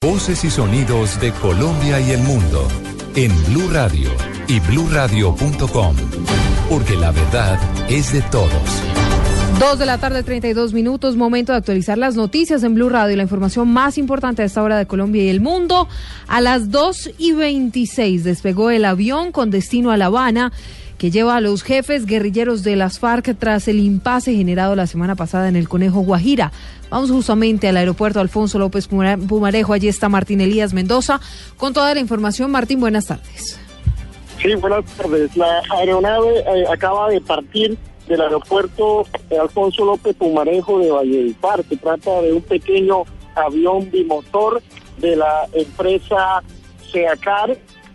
Voces y sonidos de Colombia y el mundo en Blue Radio y bluradio.com, porque la verdad es de todos. 2:32 p.m, momento de actualizar las noticias en Blue Radio, la información más importante a esta hora de Colombia y el mundo. A las 2:26 despegó el avión con destino a La Habana, que lleva a los jefes guerrilleros de las FARC tras el impasse generado la semana pasada en el Conejo Guajira. Vamos justamente al aeropuerto Alfonso López Pumarejo. Allí está Martín Elías Mendoza con toda la información. Martín, buenas tardes. Sí, buenas tardes. La aeronave acaba de partir del aeropuerto Alfonso López Pumarejo de Valledupar. Se trata de un pequeño avión bimotor de la empresa Seacar.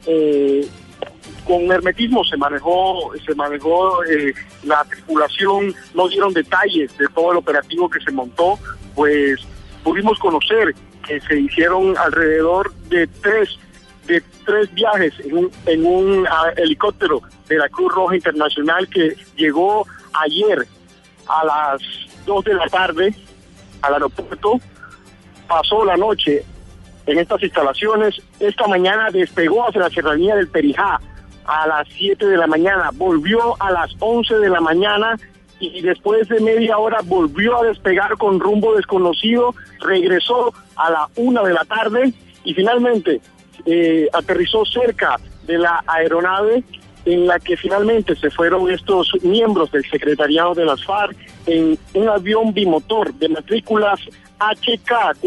Con hermetismo se manejó la tripulación. No dieron detalles de todo el operativo que se montó, pues pudimos conocer que se hicieron alrededor de tres viajes en un helicóptero de la Cruz Roja Internacional que llegó ayer a las 2 de la tarde al aeropuerto, pasó la noche en estas instalaciones. Esta mañana despegó hacia la serranía del Perijá a las 7 de la mañana, volvió a las 11 de la mañana y después de media hora volvió a despegar con rumbo desconocido, regresó a la 1 de la tarde y finalmente aterrizó cerca de la aeronave en la que finalmente se fueron estos miembros del secretariado de las FARC en un avión bimotor de matrículas HK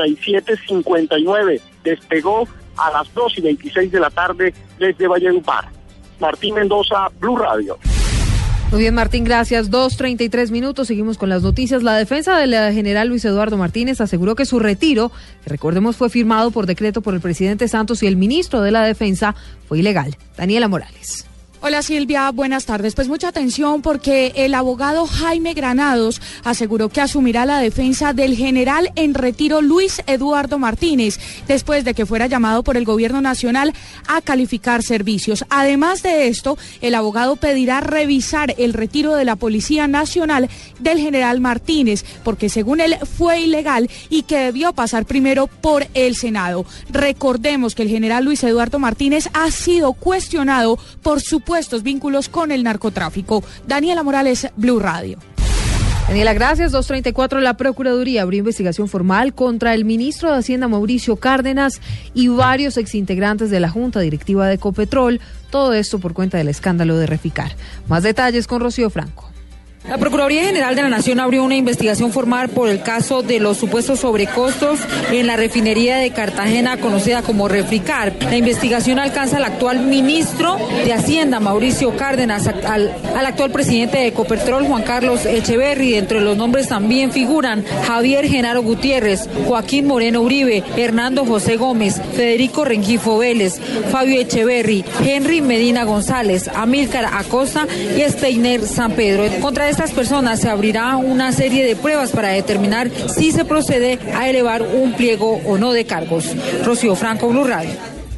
4759. Despegó a las 2:26 de la tarde desde Valledupar. Martín Mendoza, Blue Radio. Muy bien, Martín, gracias. 2:33 p.m, seguimos con las noticias. La defensa del general Luis Eduardo Martínez aseguró que su retiro, que recordemos fue firmado por decreto por el presidente Santos y el ministro de la Defensa, fue ilegal. Daniela Morales. Hola Silvia, buenas tardes. Pues mucha atención porque el abogado Jaime Granados aseguró que asumirá la defensa del general en retiro Luis Eduardo Martínez, después de que fuera llamado por el gobierno nacional a calificar servicios. Además de esto, el abogado pedirá revisar el retiro de la Policía Nacional del general Martínez, porque según él fue ilegal y que debió pasar primero por el Senado. Recordemos que el general Luis Eduardo Martínez ha sido cuestionado por supuestos vínculos con el narcotráfico. Daniela Morales, Blue Radio. Daniela, gracias. 2:34, la Procuraduría abrió investigación formal contra el ministro de Hacienda Mauricio Cárdenas y varios exintegrantes de la Junta Directiva de Ecopetrol. Todo esto por cuenta del escándalo de Reficar. Más detalles con Rocío Franco. La Procuraduría General de la Nación abrió una investigación formal por el caso de los supuestos sobrecostos en la refinería de Cartagena, conocida como Reficar. La investigación alcanza al actual ministro de Hacienda, Mauricio Cárdenas, al actual presidente de Ecopetrol, Juan Carlos Echeverry. Entre los nombres también figuran Javier Genaro Gutiérrez, Joaquín Moreno Uribe, Hernando José Gómez, Federico Rengifo Vélez, Fabio Echeverry, Henry Medina González, Amílcar Acosta y Steiner San Pedro. Contra estas personas se abrirá una serie de pruebas para determinar si se procede a elevar un pliego o no de cargos. Rocío Franco, Blue Radio.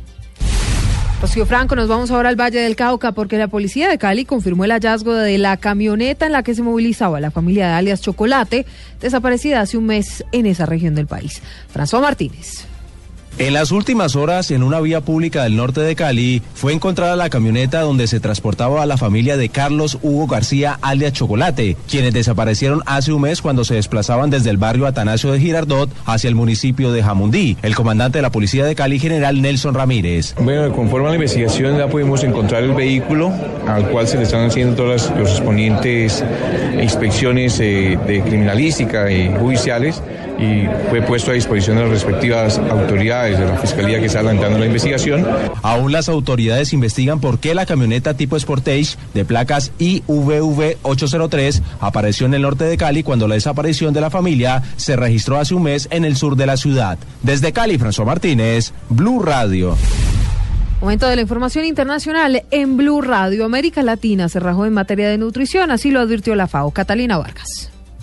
Rocío Franco, nos vamos ahora al Valle del Cauca porque la policía de Cali confirmó el hallazgo de la camioneta en la que se movilizaba la familia de alias Chocolate, desaparecida hace un mes en esa región del país. François Martínez. En las últimas horas, en una vía pública del norte de Cali, fue encontrada la camioneta donde se transportaba a la familia de Carlos Hugo García, alias Chocolate, quienes desaparecieron hace un mes cuando se desplazaban desde el barrio Atanasio de Girardot hacia el municipio de Jamundí. El comandante de la policía de Cali, general Nelson Ramírez. Bueno, conforme a la investigación ya pudimos encontrar el vehículo al cual se le están haciendo todos los correspondientes inspecciones de criminalística y judiciales, y fue puesto a disposición de las respectivas autoridades de la Fiscalía que está adelantando la investigación. Aún las autoridades investigan por qué la camioneta tipo Sportage de placas IVV 803 apareció en el norte de Cali cuando la desaparición de la familia se registró hace un mes en el sur de la ciudad. Desde Cali, François Martínez, Blue Radio. Momento de la información internacional en Blue Radio. América Latina se rajó en materia de nutrición, así lo advirtió la FAO. Catalina Vargas.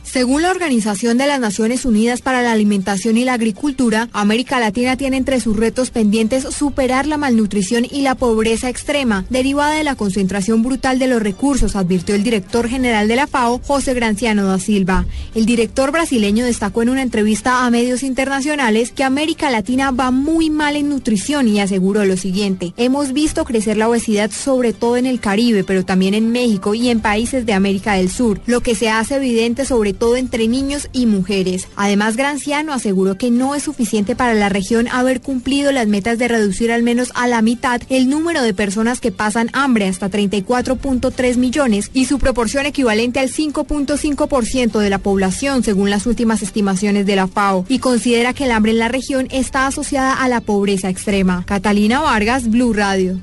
Según la Organización de las Naciones Unidas para la Alimentación y la Agricultura, América Latina tiene entre sus retos pendientes superar la malnutrición y la pobreza extrema, derivada de la concentración brutal de los recursos, advirtió el director general de la FAO, José Granciano da Silva. El director brasileño destacó en una entrevista a medios internacionales que América Latina va muy mal en nutrición y aseguró lo siguiente: hemos visto crecer la obesidad sobre todo en el Caribe, pero también en México y en países de América del Sur, lo que se hace evidente sobre todo entre niños y mujeres. Además, Granciano aseguró que no es suficiente para la región haber cumplido las metas de reducir al menos a la mitad el número de personas que pasan hambre, hasta 34.3 millones, y su proporción equivalente al 5.5% de la población, según las últimas estimaciones de la FAO, y considera que el hambre en la región está asociada a la pobreza extrema. Catalina Vargas, Blue Radio.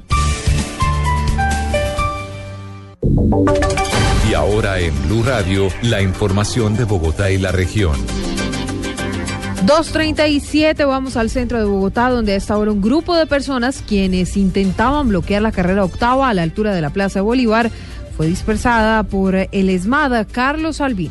Y ahora en Blue Radio, la información de Bogotá y la región. 2:37, vamos al centro de Bogotá, donde a esta hora un grupo de personas quienes intentaban bloquear la carrera octava a la altura de la Plaza de Bolívar fue dispersada por el ESMAD. Carlos Albino.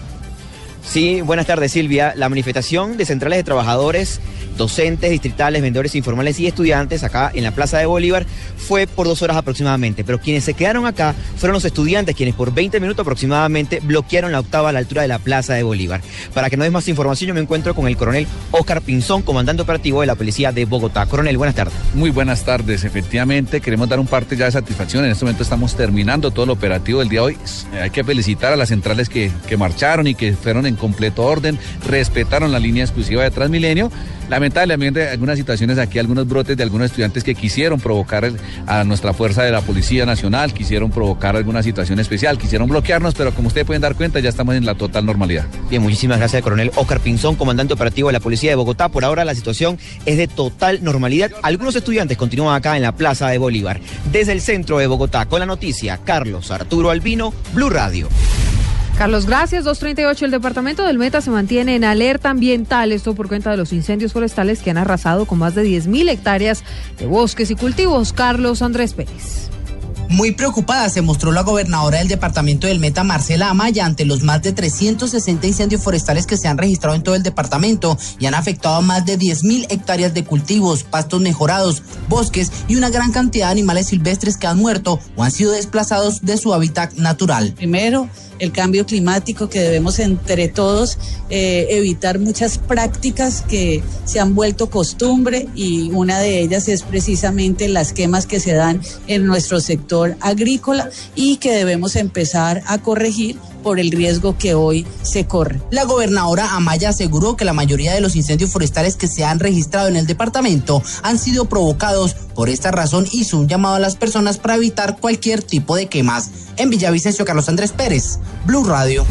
Sí, buenas tardes, Silvia. La manifestación de centrales de trabajadores, docentes, distritales, vendedores informales y estudiantes acá en la Plaza de Bolívar fue por 2 horas aproximadamente, pero quienes se quedaron acá fueron los estudiantes, quienes por 20 minutos aproximadamente bloquearon la octava a la altura de la Plaza de Bolívar. Para que nos des más información, yo me encuentro con el coronel Óscar Pinzón, comandante operativo de la Policía de Bogotá. Coronel, buenas tardes. Muy buenas tardes. Efectivamente, queremos dar un parte ya de satisfacción. En este momento estamos terminando todo el operativo del día de hoy. Hay que felicitar a las centrales que marcharon y que fueron en completo orden, respetaron la línea exclusiva de Transmilenio. Lamentablemente, algunas situaciones aquí, algunos brotes de algunos estudiantes que quisieron provocar a nuestra fuerza de la Policía Nacional, quisieron provocar alguna situación especial, quisieron bloquearnos, pero como ustedes pueden dar cuenta, ya estamos en la total normalidad. Bien, muchísimas gracias, coronel Óscar Pinzón, comandante operativo de la Policía de Bogotá. Por ahora la situación es de total normalidad. Algunos estudiantes continúan acá en la Plaza de Bolívar. Desde el centro de Bogotá, con la noticia, Carlos Arturo Albino, Blue Radio. Carlos, gracias. 2:38, el departamento del Meta se mantiene en alerta ambiental, esto por cuenta de los incendios forestales que han arrasado con más de 10.000 hectáreas de bosques y cultivos. Carlos Andrés Pérez. Muy preocupada se mostró la gobernadora del departamento del Meta, Marcela Amaya, ante los más de 360 incendios forestales que se han registrado en todo el departamento y han afectado a más de 10.000 hectáreas de cultivos, pastos mejorados, bosques y una gran cantidad de animales silvestres que han muerto o han sido desplazados de su hábitat natural. Primero, el cambio climático, que debemos entre todos evitar muchas prácticas que se han vuelto costumbre, y una de ellas es precisamente las quemas que se dan en nuestro sector agrícola y que debemos empezar a corregir por el riesgo que hoy se corre. La gobernadora Amaya aseguró que la mayoría de los incendios forestales que se han registrado en el departamento han sido provocados. Por esta razón hizo un llamado a las personas para evitar cualquier tipo de quemas. En Villavicencio, Carlos Andrés Pérez, Blue Radio.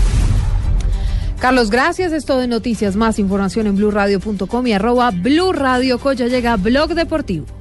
Carlos, gracias. Es todo de noticias. Más información en blurradio.com y @BluRadioCo. Ya llega Blog Deportivo.